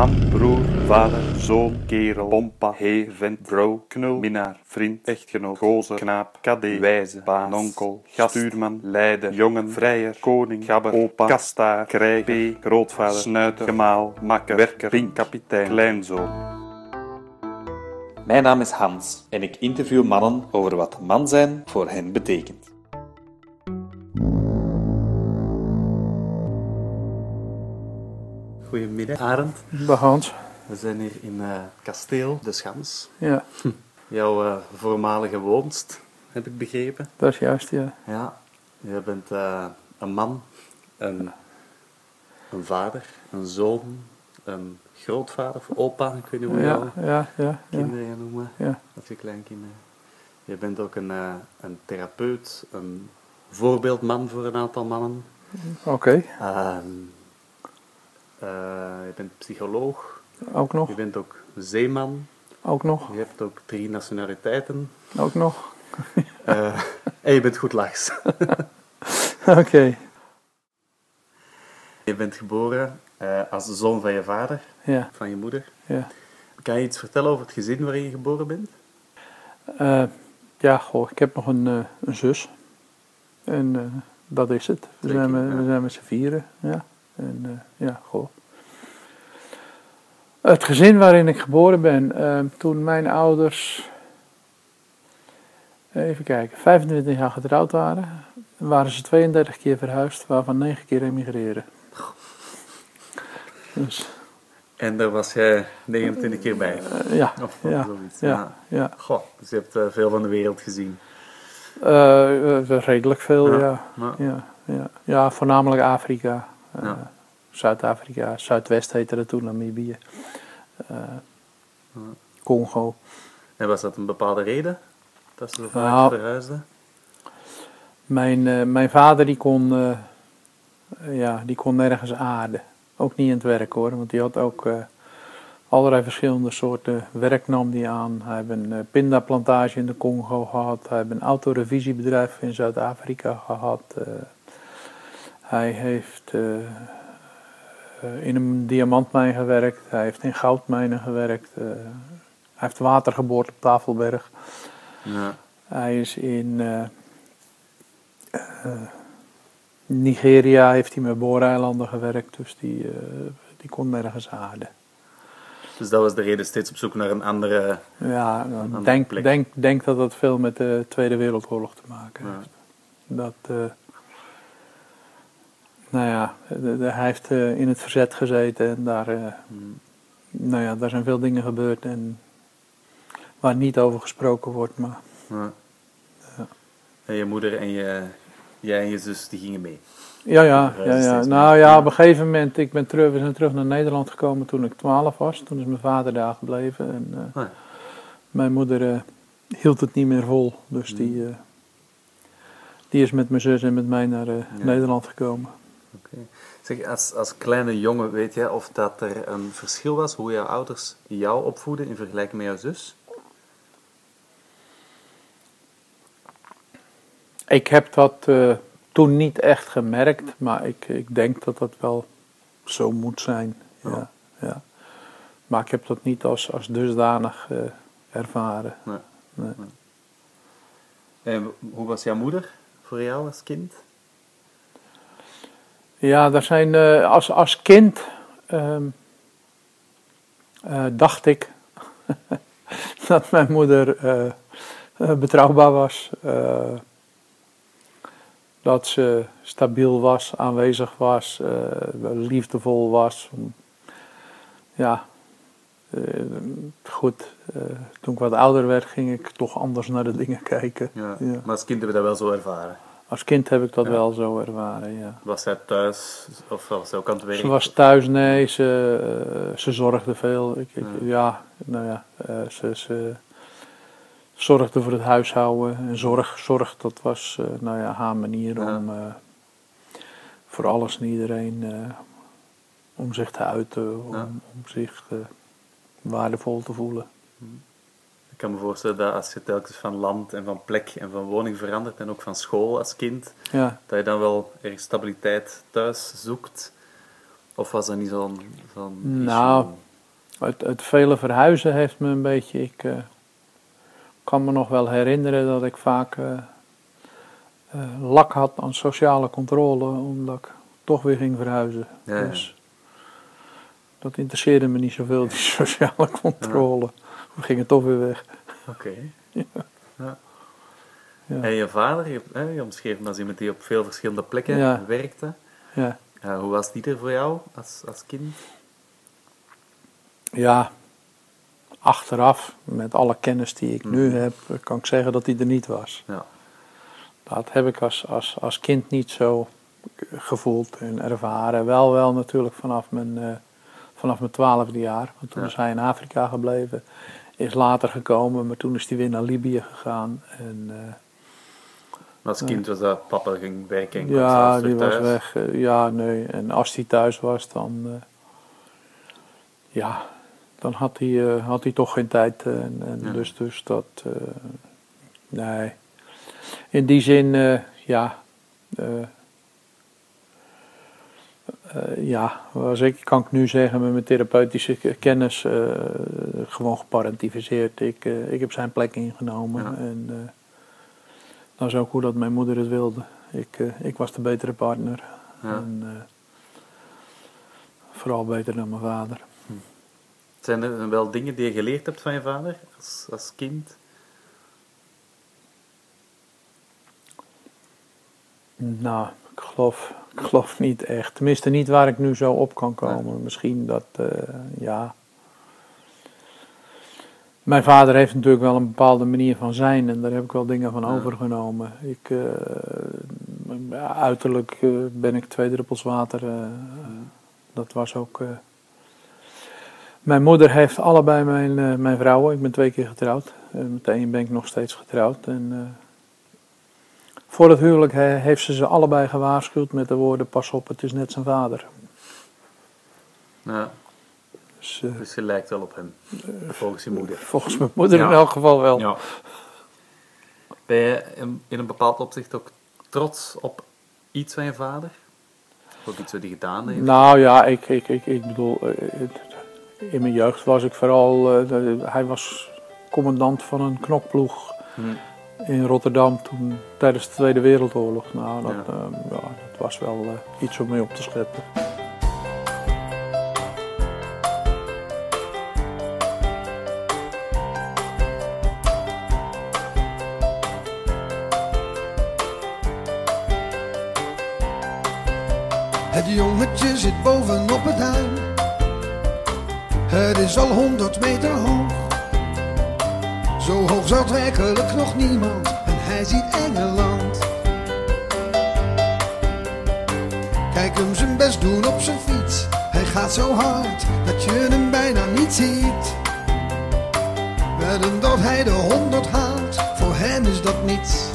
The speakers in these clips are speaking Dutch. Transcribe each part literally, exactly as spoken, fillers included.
Man, broer, vader, zoon, kerel, pompa, heer, vent, vrouw, knul, minnaar, vriend, echtgenoot, gozer, knaap, kadee, wijze, baas, onkel, gast, stuurman, leider, jongen, vrijer, koning, gabber, opa, kastaar, krijg, p, grootvader, snuiter, gemaal, makker, werker, pink, kapitein, kleinzoon. Mijn naam is Hans en ik interview mannen over wat man zijn voor hen betekent. Goedemiddag, Arend. Dag Hans. We zijn hier in uh, kasteel De Schans. Ja, Hm. Jouw uh, voormalige woonst, heb ik begrepen. dat is juist, ja. Ja, je bent uh, een man, een, een vader, een zoon, een grootvader of opa, ik weet niet hoe je Ja, jouw ja, ja, ja. kinderen gaat noemen, Ja. of je kleinkinderen. Je bent ook een, uh, een therapeut, een voorbeeldman voor een aantal mannen. Oké, okay. Uh, uh, je bent psycholoog, ook nog, je bent ook zeeman, ook nog, je hebt ook drie nationaliteiten ook nog. uh, en je bent goed lachs. Oké. Okay. Je bent geboren uh, als de zoon van je vader, Ja, van je moeder. ja. Kan je iets vertellen over het gezin waarin je geboren bent? Uh, ja, goh, ik heb nog een, uh, een zus. En uh, dat is het. We Denk zijn, ik, met, ja. we zijn met z'n vieren, ja. En uh, ja, goh. Het gezin waarin ik geboren ben, uh, toen mijn ouders, even kijken, vijfentwintig jaar getrouwd waren, waren ze tweeëndertig keer verhuisd, waarvan negen keer emigreren. Dus, En daar was jij negenentwintig keer bij? uh, ja, Of ja, zoiets. ja, ja. Goh, dus je hebt uh, veel van de wereld gezien. Uh, uh, redelijk veel, Ja, ja. ja. Ja, ja. Ja, voornamelijk Afrika. Uh, Ja. Zuid-Afrika, Zuidwest heette dat toen, Namibië. Uh, Ja. Congo. En was dat een bepaalde reden dat ze zo vaak Nou, verhuisden? Mijn, uh, mijn vader die kon, uh, ja, die kon nergens aarden. Ook niet in het werk hoor, want die had ook uh, allerlei verschillende soorten werk nam die aan. Hij heeft een uh, pindaplantage in de Congo gehad. Hij heeft een autorevisiebedrijf in Zuid-Afrika gehad. Uh, hij heeft uh, uh, in een diamantmijn gewerkt. Hij heeft in goudmijnen gewerkt. Uh, hij heeft water geboord op Tafelberg. Ja. Hij is in uh, uh, Nigeria heeft hij met booreilanden gewerkt, dus die, uh, die kon nergens aarden. Dus dat was de reden, steeds op zoek naar een andere... Ja, Een andere ik denk, plek. denk, denk dat dat veel met de Tweede Wereldoorlog te maken Ja. heeft. Dat, uh, nou ja, de, de, hij heeft uh, in het verzet gezeten en daar, uh, Hmm. nou ja, daar zijn veel dingen gebeurd en waar niet over gesproken wordt, maar... Ja. Ja. En je moeder en je, jij en je zus, die gingen mee. Ja, ja, Die ja, reizen ja. steeds Nou mee. ja, op een gegeven moment, ik ben terug, we zijn terug naar Nederland gekomen toen ik twaalf was. Toen is mijn vader daar gebleven en uh, Ah, ja. mijn moeder uh, hield het niet meer vol. Dus Hmm. die, uh, die is met mijn zus en met mij naar uh, Ja. Nederland gekomen. Okay. Zeg, als, als kleine jongen, weet jij of dat er een verschil was hoe jouw ouders jou opvoeden in vergelijking met jouw zus? Ik heb dat uh, toen niet echt gemerkt, maar ik, ik denk dat dat wel zo moet zijn. Ja, Ja. ja. Maar ik heb dat niet als, als dusdanig uh, ervaren. Nee. Nee. En hoe was jouw moeder voor jou als kind? Ja, daar zijn, uh, als, als kind um, uh, dacht ik dat mijn moeder uh, uh, betrouwbaar was. Uh, dat ze stabiel was, aanwezig was, uh, liefdevol was. Ja, uh, goed. Uh, toen ik wat ouder werd, ging ik toch anders naar de dingen kijken. Ja. Ja. Maar als kind hebben we dat wel zo ervaren. Als kind heb ik dat Ja. wel zo ervaren, ja. Was zij thuis of was zij ook aan het werk? Ze was thuis, nee, ze, uh, ze zorgde veel. Ik, ik, Ja. ja, nou ja, uh, ze, ze zorgde voor het huishouden. En zorg, zorg dat was uh, nou ja, haar manier Ja. om uh, voor alles en iedereen uh, om zich te uiten, om, Ja. om zich uh, waardevol te voelen. Ik kan me voorstellen dat als je telkens van land en van plek en van woning verandert en ook van school als kind, Ja. dat je dan wel erg stabiliteit thuis zoekt. Of was dat niet zo'n zo'n Nou, issue? het, het vele verhuizen heeft me een beetje... Ik uh, kan me nog wel herinneren dat ik vaak uh, uh, lak had aan sociale controle, omdat ik toch weer ging verhuizen. Ja, ja. Dus dat interesseerde me niet zoveel, die sociale controle. Ja. We gingen toch weer weg. Oké. Okay. Ja. Ja. Ja. En je vader, je, je omschreef hem als iemand die op veel verschillende plekken ja. werkte. Ja. Uh, hoe was die er voor jou als, als kind? Ja, achteraf, met alle kennis die ik nu mm. heb, kan ik zeggen dat hij er niet was. Ja. Dat heb ik als, als, als kind niet zo gevoeld en ervaren. Wel, wel natuurlijk vanaf mijn, uh, vanaf mijn twaalfde jaar. Want toen ja. is hij in Afrika gebleven. Is later gekomen, maar toen is hij weer naar Libië gegaan. En, uh, maar als kind was dat papa ging werken en kwam ja, zelfs die thuis? was weg. Uh, ja, nee. En als hij thuis was, dan... Uh, ja, dan had hij, uh, had hij toch geen tijd. Uh, en, en ja. dus, dus dat... Uh, nee. In die zin, uh, ja... Uh, Uh, ja, als ik, kan ik nu zeggen met mijn therapeutische kennis, uh, gewoon geparentificeerd. Ik, uh, ik heb zijn plek ingenomen. Ja. En uh, dat is ook hoe dat mijn moeder het wilde. Ik, uh, ik was de betere partner. Ja. En, uh, vooral beter dan mijn vader. Hm. Zijn er wel dingen die je geleerd hebt van je vader als, als kind? Nou, ik geloof... Ik geloof niet echt. Tenminste niet waar ik nu zo op kan komen. Nee. Misschien dat, uh, ja... Mijn vader heeft natuurlijk wel een bepaalde manier van zijn. En daar heb ik wel dingen van ja. overgenomen. Ik, uh, uiterlijk uh, ben ik twee druppels water. Uh, ja. Dat was ook... Uh, mijn moeder heeft allebei mijn, uh, mijn vrouwen. Ik ben twee keer getrouwd. Uh, met de een ben ik nog steeds getrouwd. En... Uh, Voor het huwelijk heeft ze ze allebei gewaarschuwd met de woorden: pas op, het is net zijn vader. Ja. Dus, uh, dus je lijkt wel op hem, uh, volgens je moeder. Volgens mijn moeder ja. in elk geval wel. Ja. Ben je in een bepaald opzicht ook trots op iets van je vader? Of iets wat hij gedaan heeft? Nou ja, ik, ik, ik, ik bedoel, in mijn jeugd was ik vooral, uh, hij was commandant van een knokploeg. Hmm. In Rotterdam toen tijdens de Tweede Wereldoorlog. Nou, dat, ja. Uh, ja, dat was wel uh, iets om mee op te scheppen. Het jongetje zit bovenop het duin. Het is al honderd meter hoog. Zo hoog zat werkelijk nog niemand en hij ziet Engeland. Kijk hem zijn best doen op zijn fiets. Hij gaat zo hard dat je hem bijna niet ziet. Wedden dat hij de honderd haalt, voor hem is dat niets.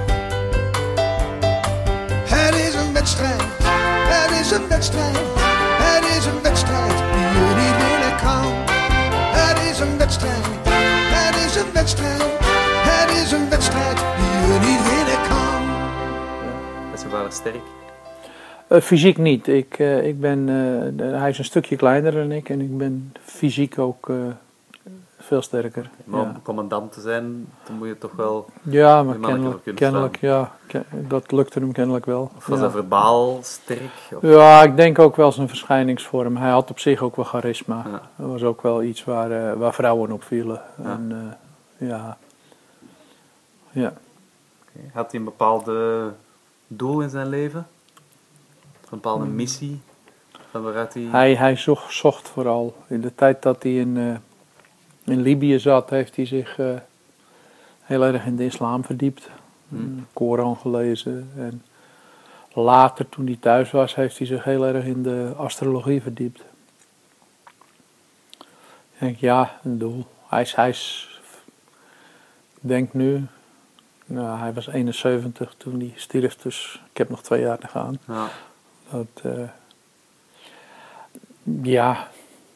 Het is een wedstrijd, het is een wedstrijd. Het is een wedstrijd die je niet winnen kan. Het is een wedstrijd. Het is een wedstrijd, het is een wedstrijd die je niet winnen kan. Is je vader sterk? Uh, fysiek niet. Ik, uh, ik ben, uh, hij is een stukje kleiner dan ik en ik ben fysiek ook uh, veel sterker. Maar om ja. commandant te zijn, dan moet je toch wel... Ja, maar kennelijk, kennelijk ja, dat lukte hem kennelijk wel. Of was ja. hij verbaal sterk? Of? Ja, ik denk ook wel zijn verschijningsvorm. Hij had op zich ook wel charisma. Ja. Dat was ook wel iets waar, uh, waar vrouwen op vielen. Ja. En, uh, ja. Ja. Okay. Had hij een bepaalde doel in zijn leven? Een bepaalde hmm. missie? Van waaruit hij... Hij, hij zocht, zocht vooral. In de tijd dat hij in, uh, in Libië zat, heeft hij zich uh, heel erg in de islam verdiept. Hmm. De Koran gelezen. En later, toen hij thuis was, heeft hij zich heel erg in de astrologie verdiept. Ik denk, ja, een doel. Hij is, hij is ik denk nu, nou, hij was eenenzeventig toen hij stierf, dus ik heb nog twee jaar te gaan. Ja. Dat, uh, ja,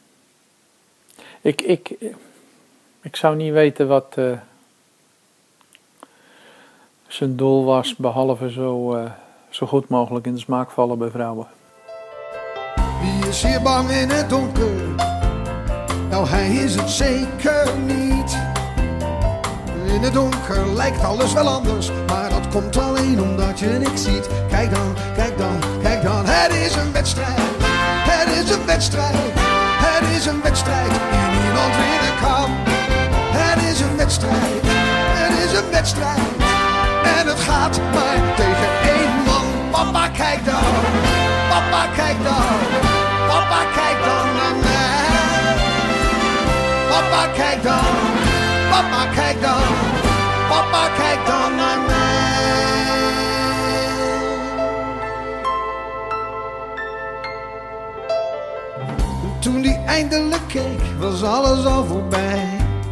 ik, ik, ik zou niet weten wat uh, zijn doel was, behalve zo, uh, zo goed mogelijk in de smaak vallen bij vrouwen. Wie is hier bang in het donker? Nou, hij is het zeker niet. In het donker lijkt alles wel anders, maar dat komt alleen omdat je niks ziet. Kijk dan, kijk dan, kijk dan, het is een wedstrijd. Het is een wedstrijd. Het is een wedstrijd die niemand winnen kan. Het is een wedstrijd. Het is een wedstrijd. En het gaat maar tegen één man. Papa, kijk dan. Papa, kijk dan. Papa, kijk dan naar mij. Papa, kijk dan. Papa, kijk dan. Papa, kijk dan naar mij. Toen die eindelijk keek, was alles al voorbij.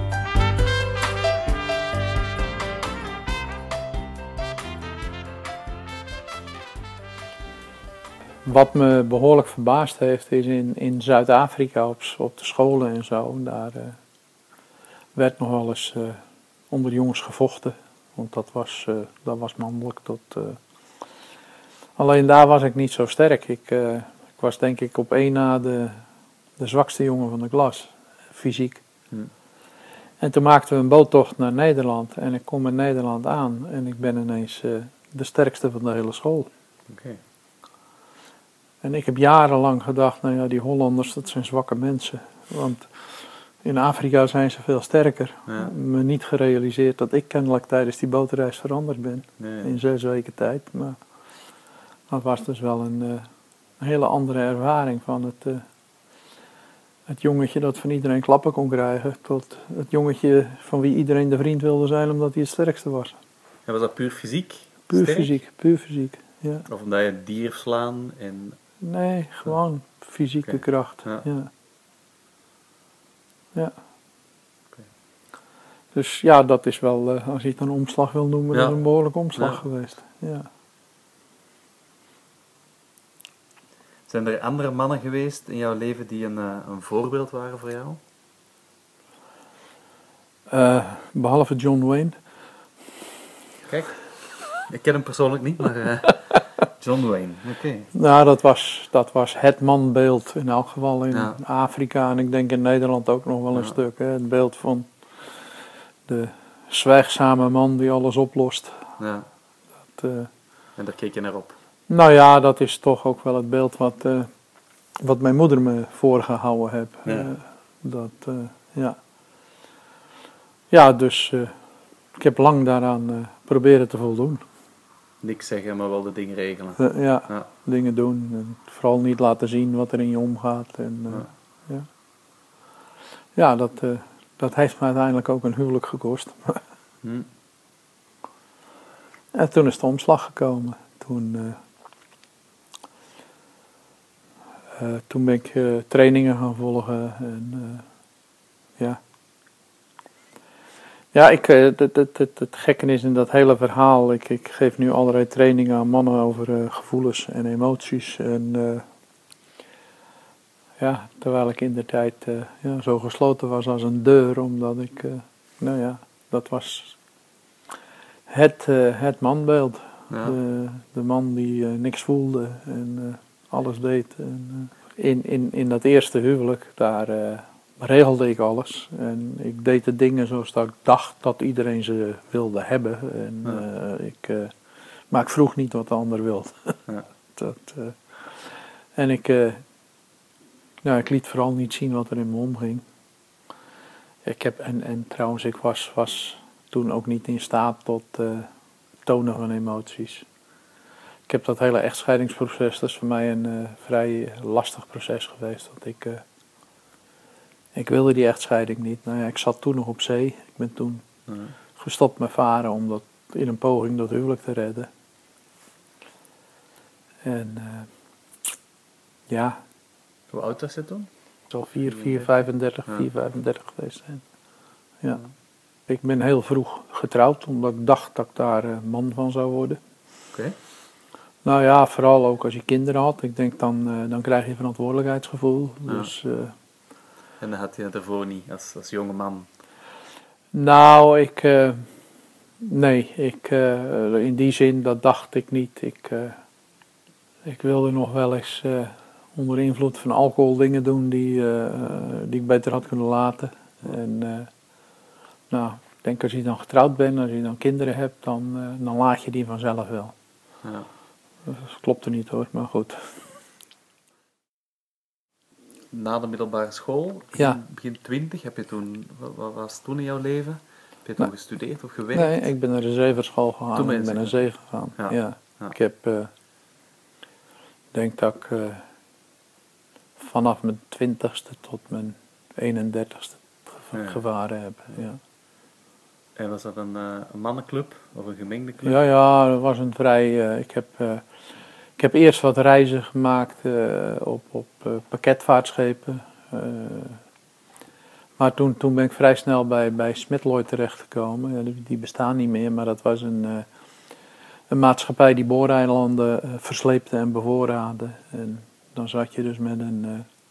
Wat me behoorlijk verbaasd heeft is in, in Zuid-Afrika op, op de scholen en zo. Daar uh, werd nog wel eens uh, onder jongens gevochten. Want dat was, uh, dat was mannelijk. Tot, uh... Alleen daar was ik niet zo sterk. Ik, uh, ik was denk ik op één na de, de zwakste jongen van de klas. Fysiek. Hmm. En toen maakten we een boottocht naar Nederland. En ik kom in Nederland aan. En ik ben ineens uh, de sterkste van de hele school. Okay. En ik heb jarenlang gedacht, nou ja, die Hollanders, dat zijn zwakke mensen. Want in Afrika zijn ze veel sterker. Ja. Me niet gerealiseerd dat ik kennelijk tijdens die bootreis veranderd ben. Nee. In zes weken tijd. Maar dat was dus wel een, uh, een hele andere ervaring van het, uh, het jongetje dat van iedereen klappen kon krijgen. Tot het jongetje van wie iedereen de vriend wilde zijn omdat hij het sterkste was. En was dat puur fysiek? Puur sterk? fysiek, puur fysiek, ja. Of omdat je het dier slaan en... Nee, gewoon fysieke okay. kracht. Ja. Ja. ja. Okay. Dus ja, dat is wel, uh, als je het een omslag wil noemen, ja. dat is een behoorlijke omslag ja. geweest. Ja. Zijn er andere mannen geweest in jouw leven die een, uh, een voorbeeld waren voor jou? Uh, behalve John Wayne. Kijk, ik ken hem persoonlijk niet, maar... Uh... John Wayne, oké. Okay. Nou, dat was, dat was het manbeeld in elk geval in ja. Afrika en ik denk in Nederland ook nog wel een ja. stuk. Hè. Het beeld van de zwijgzame man die alles oplost. Ja. Dat, uh, en daar keek je naar op? Nou ja, dat is toch ook wel het beeld wat, uh, wat mijn moeder me voorgehouden heeft. Ja, uh, dat, uh, ja. ja, dus uh, ik heb lang daaraan uh, proberen te voldoen. Niks zeggen, maar wel de dingen regelen. Uh, ja, ja, dingen doen. En vooral niet laten zien wat er in je omgaat. En, uh, ja. ja, ja dat, uh, dat heeft me uiteindelijk ook een huwelijk gekost. hmm. En toen is de omslag gekomen. Toen, uh, uh, toen ben ik uh, trainingen gaan volgen. En, uh, ja. Ja, ik, het, het, het, het gekke is in dat hele verhaal, ik, ik geef nu allerlei trainingen aan mannen over uh, gevoelens en emoties. En uh, ja, terwijl ik in de tijd uh, ja, zo gesloten was als een deur, omdat ik, uh, nou ja, dat was het, uh, het manbeeld. Ja. De, de man die uh, niks voelde en uh, alles deed. En, uh, in, in, in dat eerste huwelijk, daar... Uh, regelde ik alles en ik deed de dingen zoals dat ik dacht dat iedereen ze wilde hebben. En, ja. uh, ik, uh, maar ik vroeg niet wat de ander wilde. Ja. dat, uh, en ik, uh, nou, ik liet vooral niet zien wat er in me omging. Ik heb, en, en trouwens, ik was, was toen ook niet in staat tot uh, tonen van emoties. Ik heb dat hele echtscheidingsproces, dat is voor mij een uh, vrij lastig proces geweest. Dat ik... Uh, Ik wilde die echtscheiding niet. Nou ja, ik zat toen nog op zee. Ik ben toen uh-huh. gestopt met varen om dat, in een poging dat huwelijk te redden. En uh, ja. Hoe oud was je toen? Het zal vier, vijfendertig, ja. vier, vijfendertig geweest zijn. Ja. Uh-huh. Ik ben heel vroeg getrouwd, omdat ik dacht dat ik daar uh, man van zou worden. Oké. Okay. Nou ja, vooral ook als je kinderen had. Ik denk dan, uh, dan krijg je verantwoordelijkheidsgevoel. Ja. Dus... Uh, En dat had je daarvoor niet, als, als jonge man? Nou, ik... Uh, nee, ik, uh, in die zin, dat dacht ik niet. Ik, uh, ik wilde nog wel eens uh, onder invloed van alcohol dingen doen die, uh, die ik beter had kunnen laten. En uh, nou, ik denk als je dan getrouwd bent, als je dan kinderen hebt, dan, uh, dan laat je die vanzelf wel. Ja. Dat klopt er niet hoor, maar goed. Na de middelbare school, begin, Ja. begin twintig, heb je toen, wat, wat was toen in jouw leven? Heb je toen Nee. gestudeerd of gewerkt? Nee, ik ben naar de zeeverschool gegaan. Toen ben Ik je ben naar zeker. zee gegaan. Ja. Ja. Ja. Ik heb, uh, denk dat ik uh, vanaf mijn twintigste tot mijn eenendertigste ge- Ja. gevaren heb. Ja. En was dat een, uh, een mannenclub of een gemengde club? Ja, ja, dat was een vrij. Uh, ik, heb, uh, ik heb eerst wat reizen gemaakt uh, op, op uh, pakketvaartschepen. Uh, maar toen, toen ben ik vrij snel bij, bij Smithloyd terechtgekomen. Ja, die, die bestaan niet meer, maar dat was een, uh, een maatschappij die booreilanden uh, versleepte en bevoorraadde. En dan zat je dus met een, uh,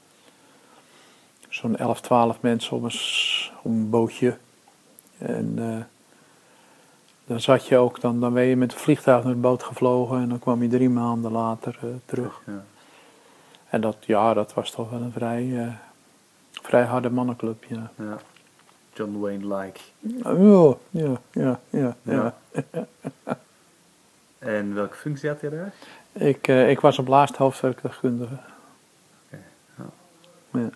zo'n elf, twaalf mensen op een, s- op een bootje. En uh, dan zat je ook, dan, dan ben je met het vliegtuig naar de boot gevlogen en dan kwam je drie maanden later uh, terug. Ja. En dat, ja, dat was toch wel een vrij, uh, vrij harde mannenclub, ja. Ja. John Wayne-like. Ja, ja, ja, ja. ja. Ja. En welke functie had je daar? Ik, uh, ik was op laatst hoofdwerktuigkundige. Oké, ja. Ja.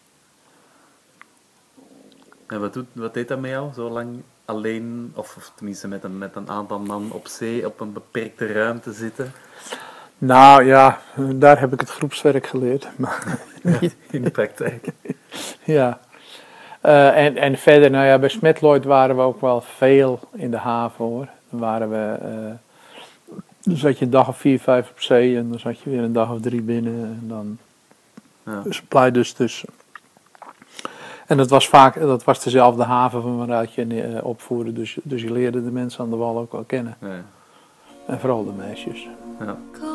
En wat, doet, wat deed dat met jou? Zo lang alleen, of, of tenminste met een, met een aantal man op zee, op een beperkte ruimte zitten? Nou ja, daar heb ik het groepswerk geleerd. Maar niet, In de praktijk. ja. Uh, en, en verder, nou ja, bij Smithloyd waren we ook wel veel in de haven hoor. Dan waren we, uh, dan zat je een dag of vier, vijf op zee en dan zat je weer een dag of drie binnen. En dan Ja. supply dus tussen. En dat was vaak, dat was dezelfde haven van waaruit je uh, opvoerde. Dus, dus je leerde de mensen aan de wal ook wel kennen. Nee. En vooral de meisjes. Ja.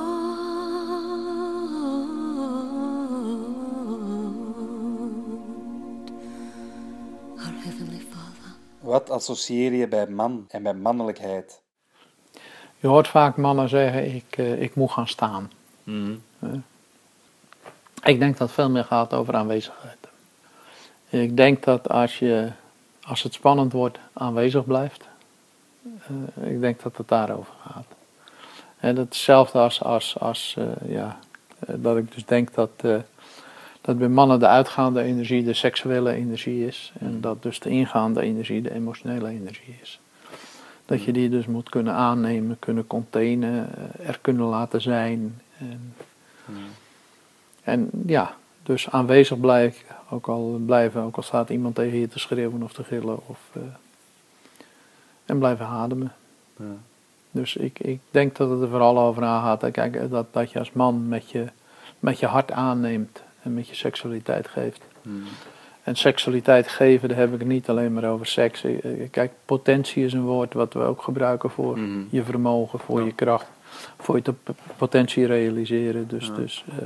Our Heavenly Father. Wat associeer je bij man en bij mannelijkheid? Je hoort vaak mannen zeggen, ik, uh, ik moet gaan staan. Mhm. Ik denk dat het veel meer gaat over aanwezigheid. Ik denk dat als, je, als het spannend wordt, aanwezig blijft. Uh, ik denk dat het daarover gaat. En dat is hetzelfde als, als, als uh, ja, uh, dat ik dus denk dat, uh, dat bij mannen de uitgaande energie de seksuele energie is. En dat dus de ingaande energie de emotionele energie is. Dat je die dus moet kunnen aannemen, kunnen containen, uh, er kunnen laten zijn. En, Mhm. en ja, dus aanwezig blijven, ook al blijven, ook al staat iemand tegen je te schreeuwen of te gillen. Of, uh, en blijven ademen. Ja. Dus ik, ik denk dat het er vooral over aangaat. Kijk, dat, dat je als man met je, met je hart aanneemt en met je seksualiteit geeft. Mhm. En seksualiteit geven, daar heb ik het niet alleen maar over seks. Kijk, potentie is een woord wat we ook gebruiken voor Mhm. je vermogen, voor Ja. je kracht, voor je te- potentie realiseren. Dus, Ja. dus uh,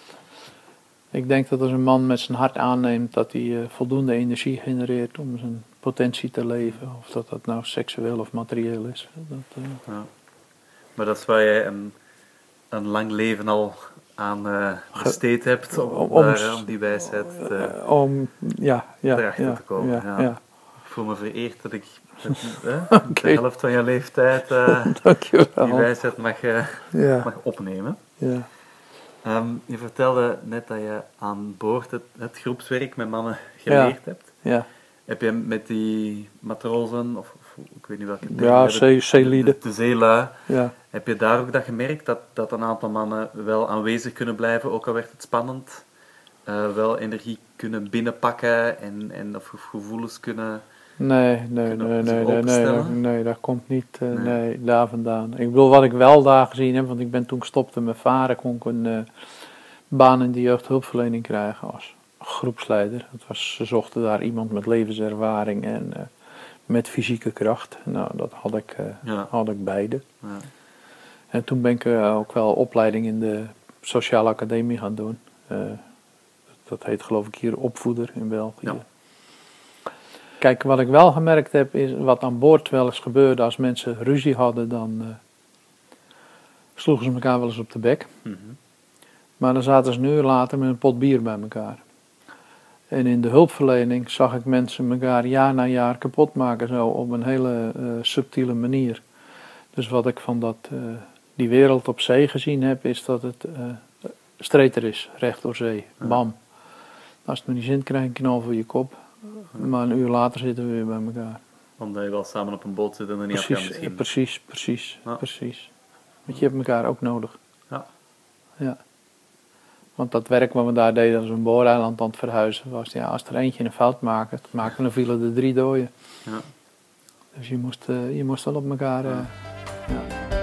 ik denk dat als een man met zijn hart aanneemt, dat hij uh, voldoende energie genereert om zijn potentie te leven. Of dat dat nou seksueel of materieel is. Dat, uh, Ja. Maar dat is waar jij een, een lang leven al aan uh, besteed hebt, om, om- om, daar, om die wijsheid te, uh, om, ja, ja, erachter ja, te komen. ja, Ja. ja. Ik voel me vereerd dat ik met, eh, Oké. de helft van jouw leeftijd uh, die Dankjewel. wijsheid mag, uh, Ja, mag opnemen. ja. Ehm, je vertelde net dat je aan boord het, het groepswerk met mannen geleerd hebt. Ja, Heb je met die matrozen, of, of ik weet niet welke term ja je- zee, zeelieden. de, de zeelui, Ja. heb je daar ook dat gemerkt, dat, dat een aantal mannen wel aanwezig kunnen blijven, ook al werd het spannend, uh, wel energie kunnen binnenpakken en, en of gevoelens kunnen... Nee, nee, Kunnen nee, we zich nee, nee, nee, openstellen? nee, dat komt niet uh, Nee. nee, daar vandaan. Ik bedoel, wat ik wel daar gezien heb, want ik ben toen ik stopte met varen, kon ik een uh, baan in de jeugdhulpverlening krijgen als groepsleider. Dat was, ze zochten daar iemand met levenservaring en uh, met fysieke kracht. Nou, dat had ik, uh, Ja. had ik beide. Ja. En toen ben ik uh, ook wel opleiding in de sociale academie gaan doen. Uh, dat heet geloof ik hier opvoeder in België. Ja. Kijk, wat ik wel gemerkt heb, is wat aan boord wel eens gebeurde als mensen ruzie hadden, dan uh, sloegen ze elkaar wel eens op de bek. Mhm. Maar dan zaten ze een uur later met een pot bier bij elkaar. En in de hulpverlening zag ik mensen elkaar jaar na jaar kapot maken, zo op een hele uh, subtiele manier. Dus wat ik van dat, uh, die wereld op zee gezien heb, is dat het uh, streter is, recht door zee. Ja. Bam. Als het me niet zint, krijg je een knal voor je kop. Ja. Maar een uur later zitten we weer bij elkaar. Omdat je wel samen op een boot zit en er niet precies, af kan misschien. Precies, precies, ja. precies. Want je hebt elkaar ook nodig. Ja. Ja. Want dat werk wat we daar deden als we een booreiland aan het verhuizen was, ja, als er eentje een fout maakte, maakte dan vielen er drie doden. Ja. Dus je moest, uh, je moest wel op elkaar. Uh, ja.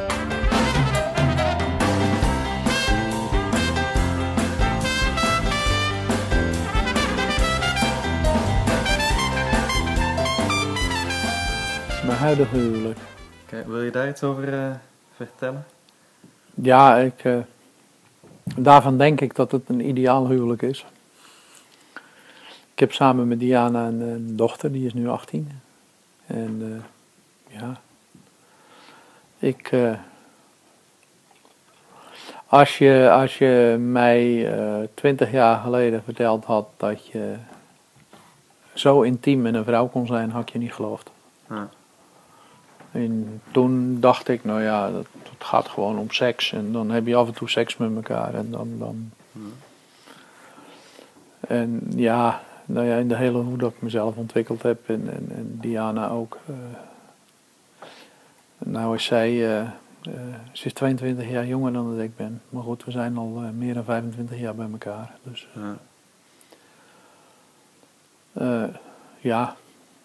Mijn huidige huwelijk. Okay, wil je daar iets over uh, vertellen? Ja, ik, uh, daarvan denk ik dat het een ideaal huwelijk is. Ik heb samen met Diana een, een dochter, die is nu achttien. En uh, ja, ik, uh, als, je, als je mij twintig uh, jaar geleden verteld had dat je zo intiem met een vrouw kon zijn, had je niet geloofd. Ja. En toen dacht ik, nou ja, dat, dat gaat gewoon om seks. En dan heb je af en toe seks met elkaar. En dan... dan ja. En ja, nou ja, in de hele hoe dat ik mezelf ontwikkeld heb. En, en, en Diana ook. Uh, nou is zij... Uh, uh, ze is tweeëntwintig jaar jonger dan dat ik ben. Maar goed, we zijn al uh, meer dan vijfentwintig jaar bij elkaar. Dus... Ja. Uh, ja...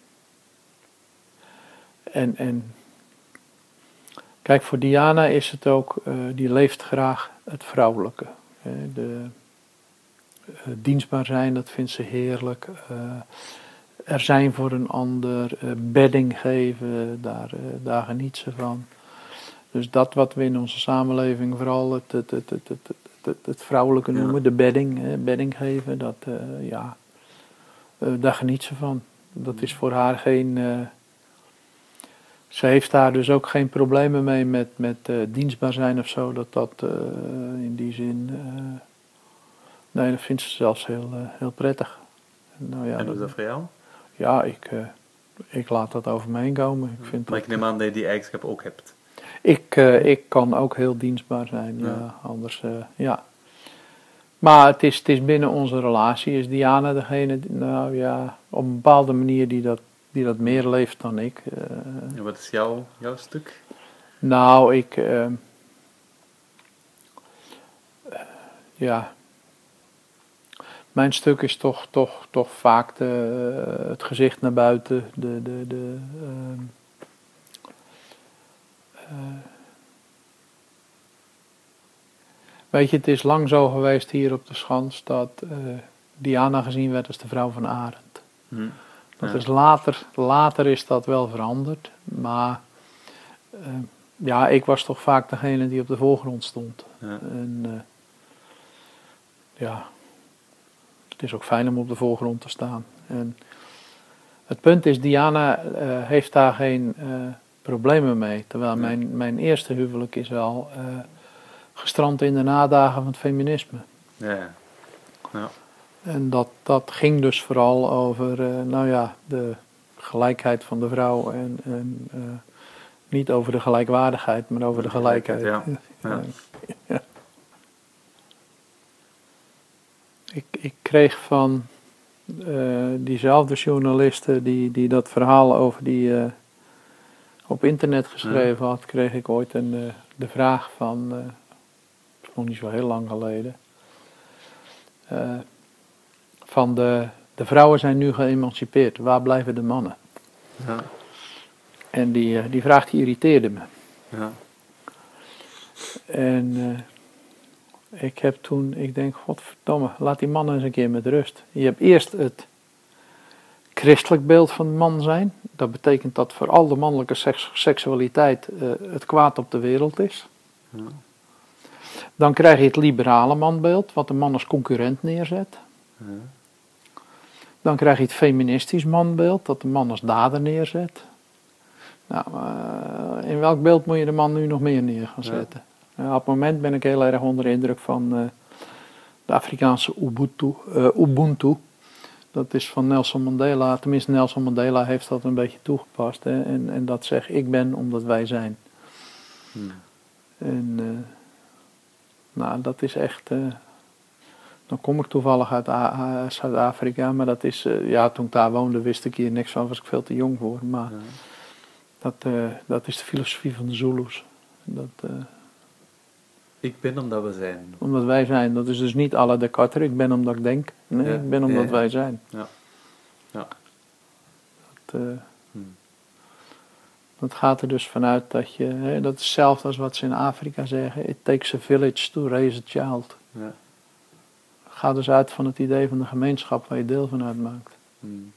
En, en kijk, voor Diana is het ook, uh, die leeft graag het vrouwelijke. Uh, de, uh, dienstbaar zijn, dat vindt ze heerlijk. Uh, er zijn voor een ander, uh, bedding geven, daar, uh, daar geniet ze van. Dus dat wat we in onze samenleving vooral het, het, het, het, het, het, het vrouwelijke noemen, ja. de bedding, uh, bedding geven, dat, uh, ja, uh, daar geniet ze van. Dat is voor haar geen... Uh, Ze heeft daar dus ook geen problemen mee met, met uh, dienstbaar zijn of zo, dat dat uh, in die zin, uh, nee, dat vindt ze zelfs heel, uh, heel prettig. Nou, ja, en hoe is dat voor jou? Ja, ik, uh, ik laat dat over me heen komen. Ik vind maar dat, ik neem aan dat je die eigenschap ook hebt. Ik, uh, ik kan ook heel dienstbaar zijn, ja. Ja, anders, uh, ja. Maar het is, het is binnen onze relatie, is Diana degene, die, nou ja, op een bepaalde manier die dat die dat meer leeft dan ik. Uh, en wat is jouw, jouw stuk? Nou, ik... Uh, uh, ja... Mijn stuk is toch, toch, toch vaak de, uh, het gezicht naar buiten. De... de, de uh, uh, weet je, het is lang zo geweest hier op de Schans dat uh, Diana gezien werd als de vrouw van Arend. Hm. Dat is later, later is dat wel veranderd, maar uh, ja, ik was toch vaak degene die op de voorgrond stond. Ja. En uh, ja, het is ook fijn om op de voorgrond te staan. En het punt is, Diana uh, heeft daar geen uh, problemen mee, terwijl ja. mijn, mijn eerste huwelijk is wel uh, gestrand in de nadagen van het feminisme. Ja, ja. En dat, dat ging dus vooral over, uh, nou ja, de gelijkheid van de vrouw en, en uh, niet over de gelijkwaardigheid, maar over de gelijkheid. Ja. Ja. Ja. Ik, ik kreeg van uh, diezelfde journalisten die, die dat verhaal over die uh, op internet geschreven had, kreeg ik ooit een, uh, de vraag van, uh, nog niet zo heel lang geleden, uh, van de, de vrouwen zijn nu geëmancipeerd, waar blijven de mannen? Ja. En die, die vraag die irriteerde me. Ja. En uh, ik heb toen, ik denk, godverdomme, laat die mannen eens een keer met rust. Je hebt eerst het christelijk beeld van de man zijn. Dat betekent dat voor al de mannelijke seks, seksualiteit uh, het kwaad op de wereld is. Ja. Dan krijg je het liberale manbeeld, wat de man als concurrent neerzet. Ja. Dan krijg je het feministisch manbeeld, dat de man als dader neerzet. Nou, uh, in welk beeld moet je de man nu nog meer neer gaan zetten? Ja. Uh, op het moment ben ik heel erg onder de indruk van uh, de Afrikaanse Ubuntu, uh, Ubuntu. Dat is van Nelson Mandela, tenminste Nelson Mandela heeft dat een beetje toegepast. Hè? En, en dat zegt, ik ben omdat wij zijn. Hmm. En uh, nou, dat is echt... Uh, dan kom ik toevallig uit A- uh, Zuid-Afrika, maar dat is... Uh, ja, toen ik daar woonde wist ik hier niks van, was ik veel te jong voor. Maar Ja. dat, uh, dat is de filosofie van de Zulus. Dat, uh, Ik ben omdat we zijn. omdat wij zijn. Dat is dus niet à la Descartes, ik ben omdat ik denk. Nee, Ja, ik ben omdat ja, ja. wij zijn. Ja. Ja. Dat, uh, Hmm. dat gaat er dus vanuit dat je... Hè, dat is hetzelfde als wat ze in Afrika zeggen. It takes a village to raise a child. Ja. Ga dus uit van het idee van de gemeenschap waar je deel van uitmaakt. Hmm.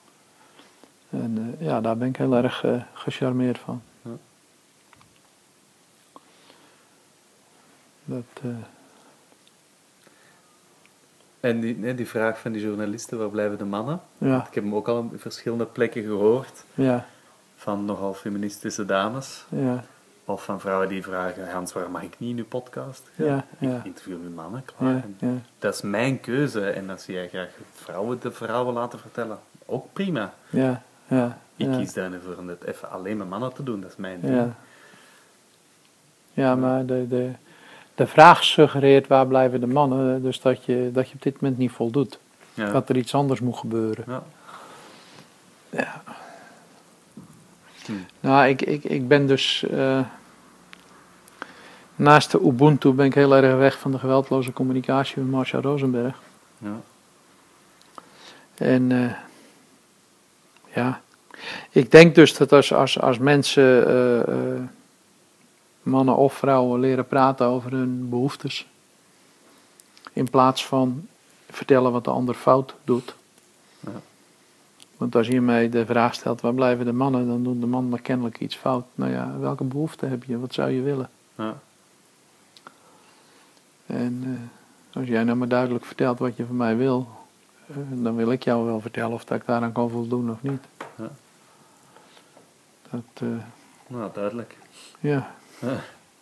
En uh, ja, daar ben ik heel erg uh, gecharmeerd van. Ja. Dat, uh, En die, nee, die vraag van die journalisten, waar blijven de mannen? ja, Ik heb hem ook al op verschillende plekken gehoord. ja, Van nogal feministische dames. ja, Of van vrouwen die vragen, Hans, waar mag ik niet in uw podcast? ja, ja, Ik interview uw mannen, klaar. ja, En ja, dat is mijn keuze. En als jij graag vrouwen de verhalen laten vertellen, ook prima. ja, ja, Ik ja, kies daarvoor om het even alleen met mannen te doen. Dat is mijn ding. ja. Ja, maar de, de, de vraag suggereert waar blijven de mannen, dus dat je, dat je op dit moment niet voldoet. Ja. Dat er iets anders moet gebeuren. Ja. Ja. Hm. Nou, ik, ik, ik ben dus... Uh, naast de Ubuntu ben ik heel erg weg van de geweldloze communicatie van Marshall Rosenberg. Ja. En uh, ja, ik denk dus dat als, als, als mensen, uh, uh, mannen of vrouwen, leren praten over hun behoeftes, in plaats van vertellen wat de ander fout doet. Ja. Want als je mij de vraag stelt, waar blijven de mannen, dan doen de mannen kennelijk iets fout. Nou ja, welke behoefte heb je? Wat zou je willen? Ja. En uh, als jij nou maar duidelijk vertelt wat je van mij wil, uh, dan wil ik jou wel vertellen of dat ik daaraan kan voldoen of niet. Ja. Dat, uh, Nou, duidelijk. ja. Ja.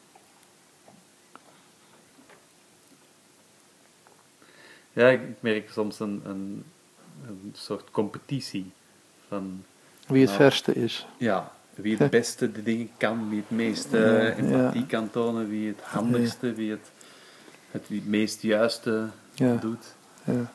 Ja, ik merk soms een, een, een soort competitie van... Wie het Nou, verste is. Ja, wie het beste de dingen kan, wie het meeste Ja, empathie ja. kan tonen, wie het handigste, wie het, het meest juiste Ja. doet. Ja.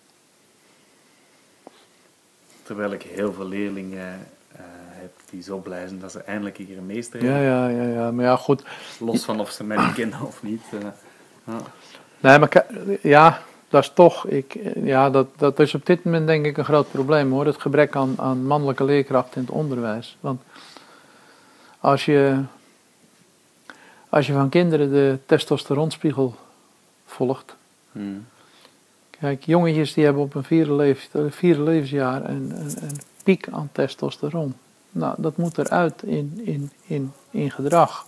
Terwijl ik heel veel leerlingen uh, heb die zo blij zijn dat ze eindelijk een keer een meester Ja, hebben. ja, ja, ja, maar ja, goed. Los van of ze mij kennen of niet. Uh, ja. Nee, maar ki- ja, dat is toch, ik, ja, dat, dat is op dit moment denk ik een groot probleem hoor. Het gebrek aan, aan mannelijke leerkrachten in het onderwijs. Want als je, als je van kinderen de testosteronspiegel volgt. Hmm. Kijk, jongetjes die hebben op een vierde, leef, vierde levensjaar een, een, een piek aan testosteron. Nou, dat moet eruit in, in, in, in gedrag.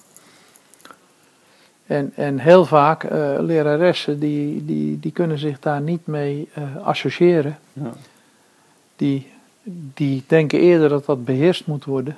En, en heel vaak, uh, leraressen, die, die, die kunnen zich daar niet mee uh, associëren. Ja. Die, die denken eerder dat dat beheerst moet worden.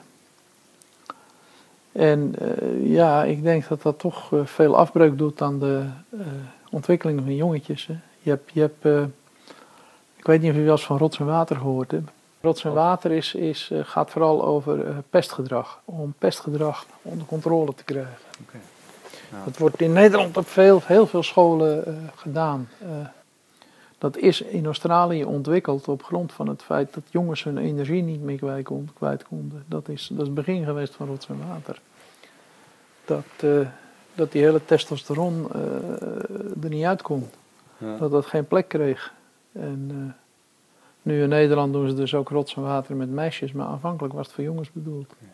En uh, ja, ik denk dat dat toch uh, veel afbreuk doet aan de uh, ontwikkeling van jongetjes. Hè. Je hebt, je hebt uh, ik weet niet of je wel eens van Rots en Water gehoord hebt. Rots en Water is, is, uh, gaat vooral over uh, pestgedrag. Om pestgedrag onder controle te krijgen. Okay. Ja. Dat wordt in Nederland op veel, heel veel scholen uh, gedaan. Uh, dat is in Australië ontwikkeld op grond van het feit dat jongens hun energie niet meer kwijt, kon, kwijt konden. Dat is, dat is het begin geweest van Rots en Water. Dat, uh, dat die hele testosteron uh, er niet uit kon. Ja. Dat dat geen plek kreeg. En uh, nu in Nederland doen ze dus ook Rots en Water met meisjes, maar aanvankelijk was het voor jongens bedoeld. Oké,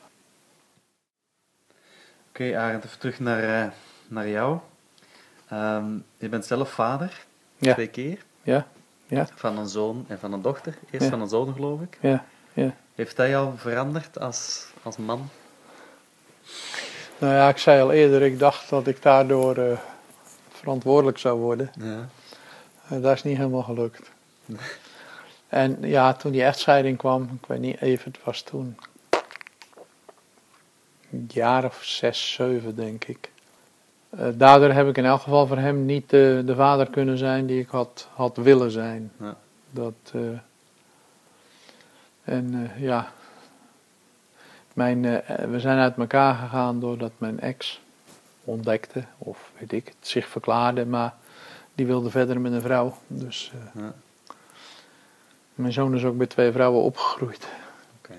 okay, Arend, even terug naar, uh, naar jou. Um, je bent zelf vader, Ja. twee keer. Ja, ja, Van een zoon en van een dochter. Eerst Ja. van een zoon, geloof ik. ja, ja. Heeft dat jou veranderd als, als man? Nou ja, ik zei al eerder, ik dacht dat ik daardoor uh, verantwoordelijk zou worden. Ja. Uh, dat is niet helemaal gelukt. En ja, toen die echtscheiding kwam, ik weet niet even, het was toen een jaar of zes, zeven denk ik. uh, daardoor heb ik in elk geval voor hem niet de, de vader kunnen zijn die ik had, had willen zijn. Ja. Dat, uh, en uh, ja, mijn, uh, we zijn uit elkaar gegaan doordat mijn ex ontdekte, of weet ik, het zich verklaarde, maar die wilde verder met een vrouw. Dus uh, Ja. mijn zoon is ook bij twee vrouwen opgegroeid. Okay.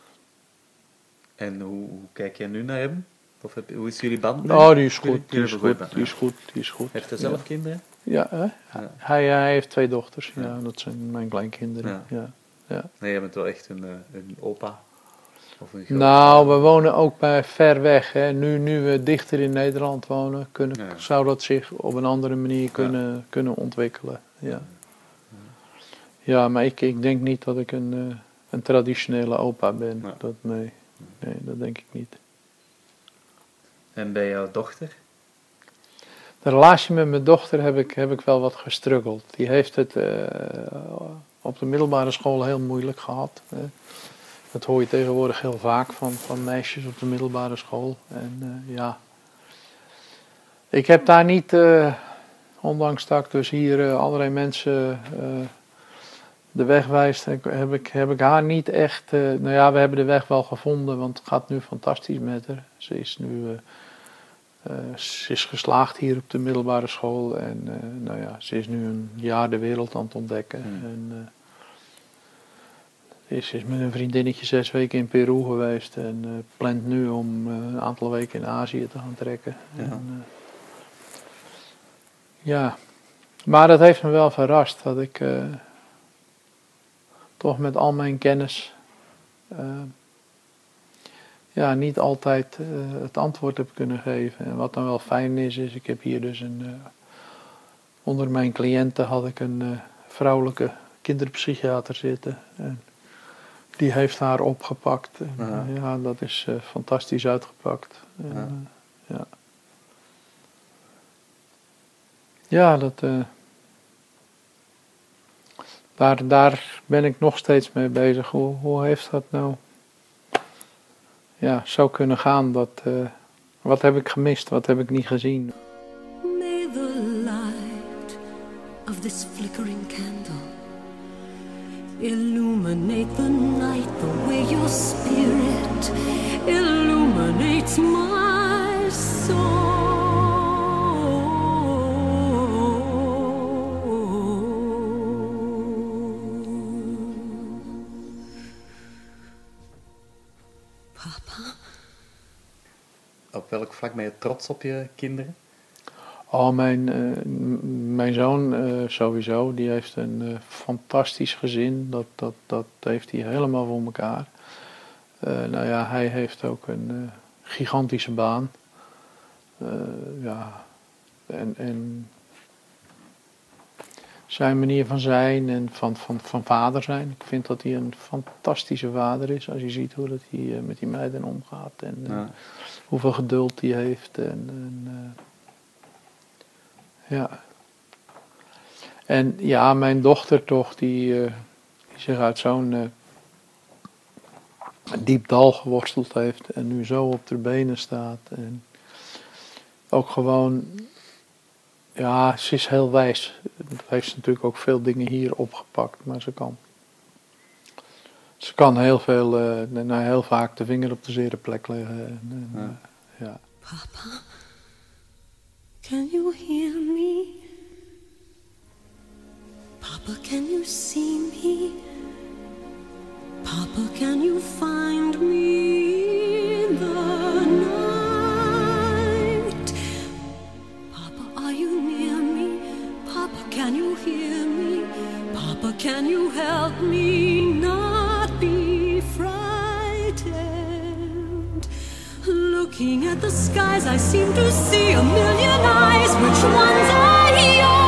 En hoe, hoe kijk jij nu naar hem? Of heb, hoe is jullie band? Oh, die is goed, Jullie- die is jullie hebben goed, een goede die is band, goed, die is goed. ja. Heeft hij zelf Ja. kinderen? Ja, hè? Ja. Hij, hij heeft twee dochters, ja, Ja. dat zijn mijn kleinkinderen. Ja. Ja. Ja. Nee, jij bent wel echt een, uh, een opa. Of een groot- Nou, we wonen ook bij ver weg. Hè. Nu, nu we dichter in Nederland wonen, kunnen, Ja. zou dat zich op een andere manier kunnen, ja. kunnen ontwikkelen. Ja, ja maar ik, ik denk niet dat ik een, uh, een traditionele opa ben. Ja. Dat, nee. nee, dat denk ik niet. En bij jouw dochter? De relatie met mijn dochter heb ik, heb ik wel wat gestruggeld. Die heeft het uh, op de middelbare school heel moeilijk gehad. Hè. Dat hoor je tegenwoordig heel vaak van, van meisjes op de middelbare school. En uh, ja, ik heb daar niet, uh, ondanks dat ik dus hier uh, allerlei mensen uh, de weg wijst, heb ik, heb ik haar niet echt, uh, nou ja, we hebben de weg wel gevonden, want het gaat nu fantastisch met haar. Ze is nu, uh, uh, ze is geslaagd hier op de middelbare school en uh, nou ja, ze is nu een jaar de wereld aan het ontdekken. Hmm. En, uh, Ze is, is met een vriendinnetje zes weken in Peru geweest en uh, plant nu om uh, een aantal weken in Azië te gaan trekken. Ja. En, uh, ja, maar dat heeft me wel verrast dat ik uh, toch met al mijn kennis uh, ja, niet altijd uh, het antwoord heb kunnen geven. En wat dan wel fijn is, is ik heb hier dus een, uh, onder mijn cliënten had ik een uh, vrouwelijke kinderpsychiater zitten. En die heeft haar opgepakt. En, Aha. uh, ja, dat is uh, fantastisch uitgepakt. En, Ja. uh, ja. ja, dat... Uh, daar, daar ben ik nog steeds mee bezig. Hoe, hoe heeft dat nou... Ja, zo kunnen gaan. Dat, uh, wat heb ik gemist? Wat heb ik niet gezien? May the light of this flickering candle illuminate the night the way your spirit illuminates my soul. Papa? Op welk vlak ben je trots op je kinderen? Oh, mijn, uh, m- mijn zoon uh, sowieso, die heeft een uh, fantastisch gezin. Dat, dat, dat heeft hij helemaal voor elkaar. Uh, nou ja, hij heeft ook een uh, gigantische baan. Uh, ja, en, en zijn manier van zijn en van, van, van vader zijn. Ik vind dat hij een fantastische vader is. Als je ziet hoe dat hij uh, met die meiden omgaat. En uh, Ja. hoeveel geduld hij heeft. En, en, uh, ja. En ja, mijn dochter toch, die, uh, die zich uit zo'n uh, diep dal geworsteld heeft. En nu zo op haar benen staat. En ook gewoon... Ja, ze is heel wijs. Ze heeft natuurlijk ook veel dingen hier opgepakt, maar ze kan. Ze kan heel veel, uh, nou, heel vaak de vinger op de zere plek leggen. En, en, Ja. uh, ja. Papa, can you hear me? Papa, can you see me? Papa, can you find me in the night? Papa, are you near me? Papa, can you hear me? Papa, can you help me not be frightened? Looking at the skies, I seem to see a million eyes. Which ones are yours?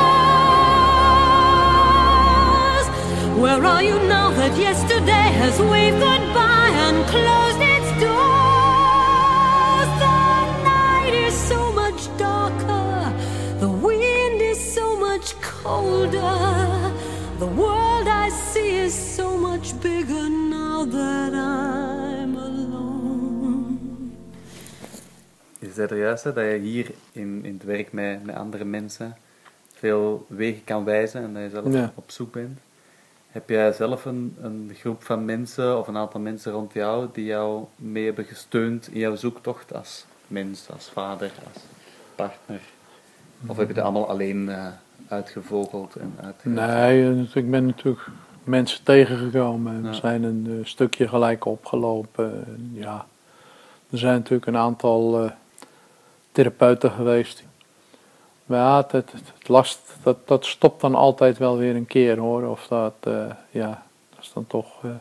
Where are you now that yesterday has waved goodbye and closed its doors? The night is so much darker, the wind is so much colder. The world I see is so much bigger now that I'm alone. Is zei er juist, hè, dat je hier in, in het werk met, met andere mensen veel wegen kan wijzen en dat je zelf Ja. op zoek bent. Heb jij zelf een, een groep van mensen of een aantal mensen rond jou die jou mee hebben gesteund in jouw zoektocht als mens, als vader, als partner? Of heb je dat allemaal alleen uh, uitgevogeld en uitgevoerd? Nee, eh, ik ben natuurlijk mensen tegengekomen. We Ja. zijn een uh, stukje gelijk opgelopen. En ja, er zijn natuurlijk een aantal uh, therapeuten geweest. Maar ja, het, het, het last, dat, dat stopt dan altijd wel weer een keer hoor. Of dat, uh, ja, dat is dan toch... Uh...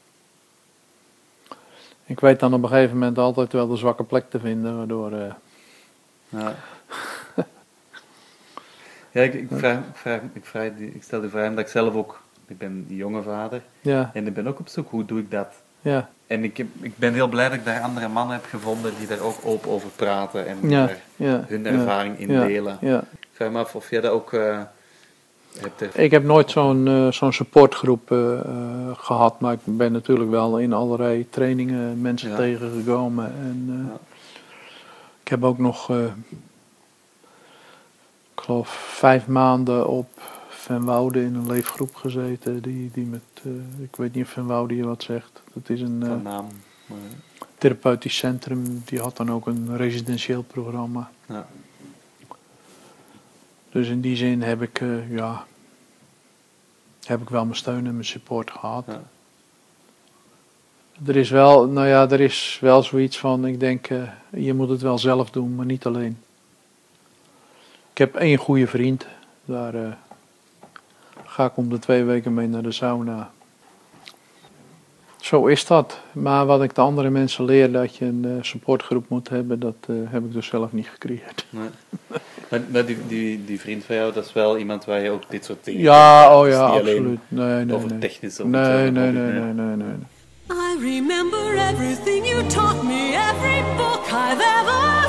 Ik weet dan op een gegeven moment altijd wel de zwakke plek te vinden, waardoor... Uh... Ja. Ja, ik, ik, vraag, ik, vraag, ik, vraag, ik stel de vraag omdat ik zelf ook... Ik ben een jonge vader Ja, en ik ben ook op zoek, hoe doe ik dat? ja, En ik, heb, ik ben heel blij dat ik daar andere mannen heb gevonden die daar ook open over praten en die ja, daar ja. hun ja, ervaring in ja, delen. Ja. Ik vraag me af of jij dat ook uh, hebt er... Ik heb nooit zo'n uh, zo'n supportgroep uh, uh, gehad, maar ik ben natuurlijk wel in allerlei trainingen mensen Ja. tegengekomen. En, uh, Ja. ik heb ook nog, uh, ik geloof, vijf maanden op Van Woude in een leefgroep gezeten. Die, die met, uh, ik weet niet of Van Woude je wat zegt. Dat is een uh, Van naam. Maar, therapeutisch centrum. Die had dan ook een residentieel programma. ja. Dus in die zin heb ik, uh, ja, heb ik wel mijn steun en mijn support gehad. Ja. Er is wel, nou ja, er is wel zoiets van, ik denk, uh, je moet het wel zelf doen, maar niet alleen. Ik heb één goede vriend, daar uh, ga ik om de twee weken mee naar de sauna. Zo is dat. Maar wat ik de andere mensen leer, dat je een uh, supportgroep moet hebben, dat uh, heb ik dus zelf niet gecreëerd. Nee. Maar, maar die, die, die vriend van jou, dat is wel iemand waar je ook dit soort dingen... Ja, kunt oh praten. ja, Het is niet absoluut. Nee, nee, over nee. technisch of Nee, iets, nee, of- nee, of- nee, nee, nee, nee. I remember everything you taught me, every book I've ever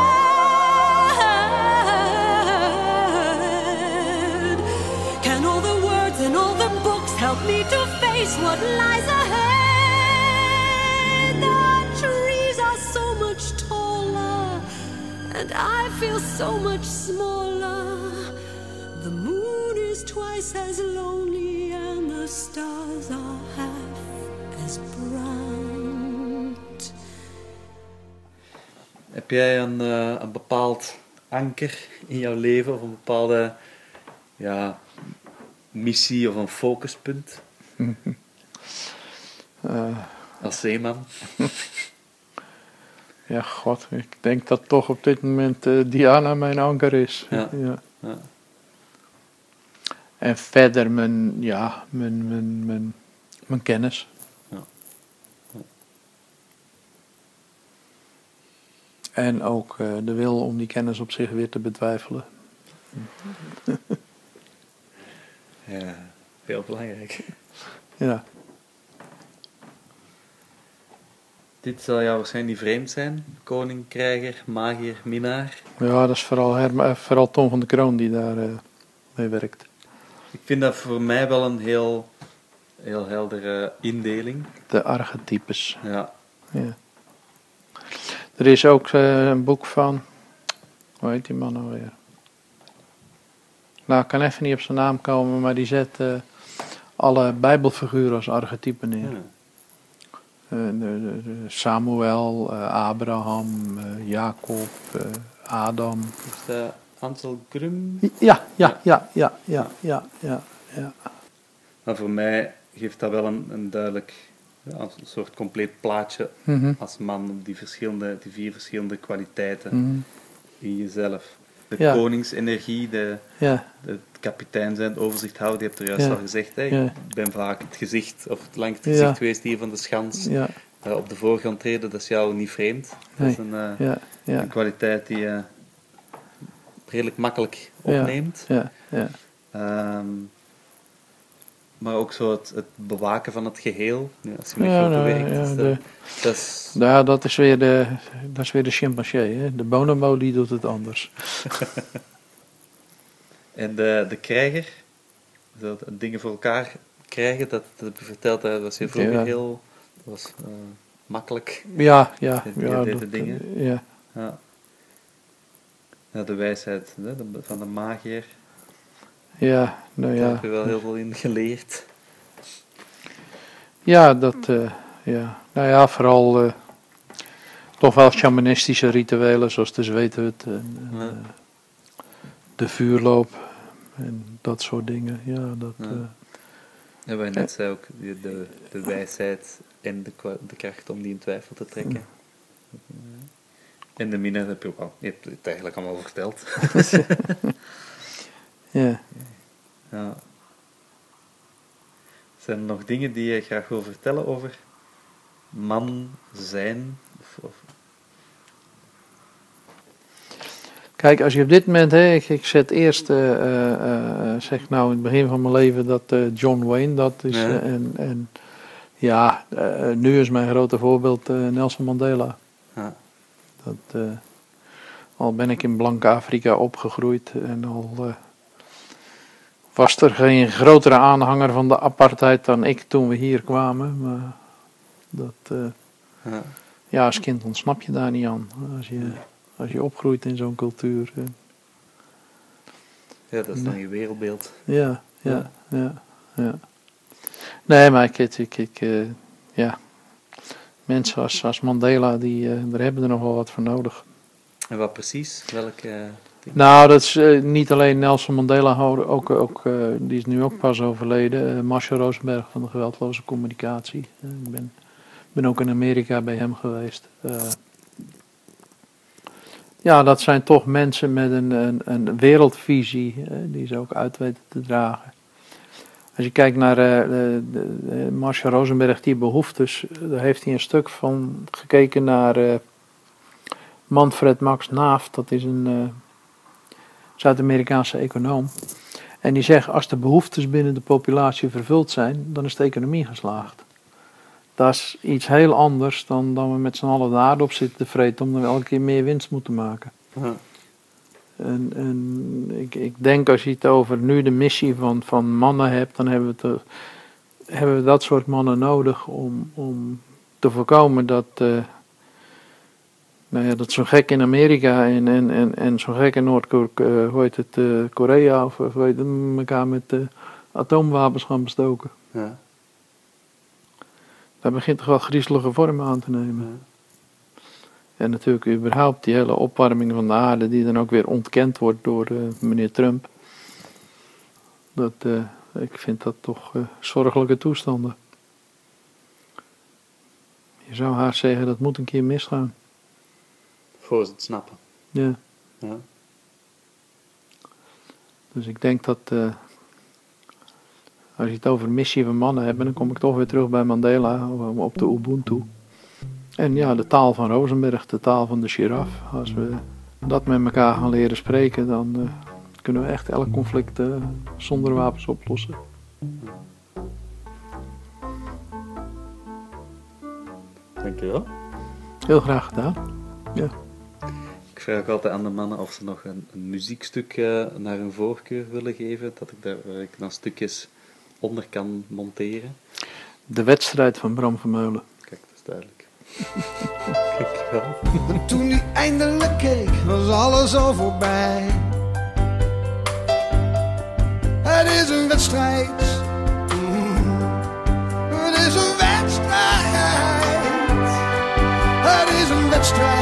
read. Can all the words in all the books help me to face what lies ahead? The trees are so much taller, and I feel so much smaller. The moon is twice as lonely, and the stars are half as bright. Heb jij een, uh, een bepaald anker in jouw leven of een bepaalde ja, missie of een focuspunt Uh, als zeeman? ja, god, ik denk dat toch op dit moment uh, Diana mijn anker is. Ja. Ja. Ja. En verder mijn, ja, mijn, mijn, mijn, mijn kennis. Ja. Ja. En ook uh, de wil om die kennis op zich weer te betwijfelen. Ja, heel belangrijk. Ja. Dit zal jou waarschijnlijk niet vreemd zijn. Koning, krijger, magier, minnaar. Ja, dat is vooral, Herma, uh, vooral Tom van de Kroon die daar uh, mee werkt. Ik vind dat voor mij wel een heel, heel heldere indeling. De archetypes. Ja. Ja. Er is ook uh, een boek van, hoe heet die man nou weer? Nou, ik kan even niet op zijn naam komen, maar die zet uh, alle Bijbelfiguren als archetypen neer. Ja. Uh, de, de, de Samuel, uh, Abraham, uh, Jacob, uh, Adam. Is dat Ansel Grum? Ja, ja, ja, ja, ja, ja, ja, ja. Maar voor mij geeft dat wel een, een duidelijk, ja, een soort compleet plaatje Mm-hmm. als man op die, verschillende, die vier verschillende kwaliteiten Mm-hmm. in jezelf. De Ja. koningsenergie, de, Ja, de het kapitein zijn, het overzicht houden, je hebt er juist Ja. al gezegd. Hè? Ja. Ik ben vaak het gezicht, of het langst Ja. gezicht geweest hier van de schans. ja, Uh, op de voorgrond treden, dat is jou niet vreemd. Dat is Nee. een, uh, ja, ja, een kwaliteit die je redelijk makkelijk Ja. opneemt. ja, ja. Ehm, maar ook zo het, het bewaken van het geheel. Ja, als je met Ja, groepen nou, werkt. ja, is dat, de- dat is, Nou, dat is weer de, dat is weer de chimpansee, hè. De bonobo die doet het anders. en de, de krijger, zo het dingen voor elkaar krijgen, dat, dat heb je verteld, dat was je vroeger Ja. heel dat was, uh, makkelijk. Ja, ja, Die- die ja, deed de dat, dingen. ja. Ja. Ja, de wijsheid hè, de, van de magier. Ja, nou Daar ja. heb je wel heel veel in geleerd. Ja, dat, uh, ja. Nou ja, vooral uh, toch wel shamanistische rituelen, zoals de zweethut en, en Ja. uh, de vuurloop en dat soort dingen. Ja, dat... Ja. Uh, En wat je net zei ook, de, de, de wijsheid en de, kwa- de kracht om die in twijfel te trekken. En de mina heb je ook al, je hebt het eigenlijk allemaal verteld. ja. Ja. Zijn er nog dingen die je graag wil vertellen over man zijn? Of, of... Kijk, als je op dit moment, hè, ik, ik zet eerst, uh, uh, uh, zeg nou in het begin van mijn leven dat uh, John Wayne, dat is, Ja. uh, en, en ja, uh, nu is mijn grote voorbeeld uh, Nelson Mandela. Ja. Dat, uh, al ben ik in blank Afrika opgegroeid en al uh, was er geen grotere aanhanger van de apartheid dan ik toen we hier kwamen. Maar dat, uh, Ja. ja, als kind ontsnap je daar niet aan. Als je, als je opgroeit in zo'n cultuur. Uh, Ja, dat is dan je wereldbeeld. ja, ja, ja, ja. Nee, maar ik, ik, ik uh, ja. Mensen als, als Mandela, die, uh, daar hebben er nog wel wat voor nodig. En wat precies? Welke... Uh, dingen? Nou, dat is uh, niet alleen Nelson Mandela, ook, ook, uh, die is nu ook pas overleden. Uh, Marshall Rosenberg van de geweldloze communicatie. Uh, ik ben, ben ook in Amerika bij hem geweest. Uh, ja, dat zijn toch mensen met een, een, een wereldvisie, uh, die ze ook uit weten te dragen. Als je kijkt naar uh, de, de, de Marshall Rosenberg, die behoeftes, daar heeft hij een stuk van gekeken naar uh, Manfred Max Naaf, dat is een uh, Zuid-Amerikaanse econoom. En die zegt, als de behoeftes binnen de populatie vervuld zijn, dan is de economie geslaagd. Dat is iets heel anders dan, dan we met z'n allen de aarde op zitten te vreten, omdat we elke keer meer winst moeten maken. Ja. En, en ik, ik denk als je het over nu de missie van, van mannen hebt, dan hebben we, te, hebben we dat soort mannen nodig om, om te voorkomen dat, uh, nou ja, dat zo'n gek in Amerika en, en, en, en zo'n gek in Noord-Korea, uh, hoe heet het, uh, Korea of hoe heet het, elkaar met uh, atoomwapens gaan bestoken. Ja. Dat begint toch wel griezelige vormen aan te nemen. Ja. En natuurlijk überhaupt die hele opwarming van de aarde, die dan ook weer ontkend wordt door uh, meneer Trump. Dat, uh, ik vind dat toch uh, zorgelijke toestanden. Je zou haast zeggen, dat moet een keer misgaan. Voor ze het snappen. Ja. Ja. Dus ik denk dat, uh, als je het over missie van mannen hebt, dan kom ik toch weer terug bij Mandela, op de Ubuntu. En ja, de taal van Rosenberg, de taal van de giraf. Als we dat met elkaar gaan leren spreken, dan uh, kunnen we echt elk conflict uh, zonder wapens oplossen. Dankjewel. Heel graag gedaan. Ja. Ik vraag ook altijd aan de mannen of ze nog een, een muziekstuk uh, naar hun voorkeur willen geven, dat ik daar waar ik dan stukjes onder kan monteren. De wedstrijd van Bram Vermeulen. Kijk, dat is duidelijk. Dankjewel. En toen hij eindelijk keek, was alles al voorbij. Het is een wedstrijd. Mm. Het is een wedstrijd. Het is een wedstrijd.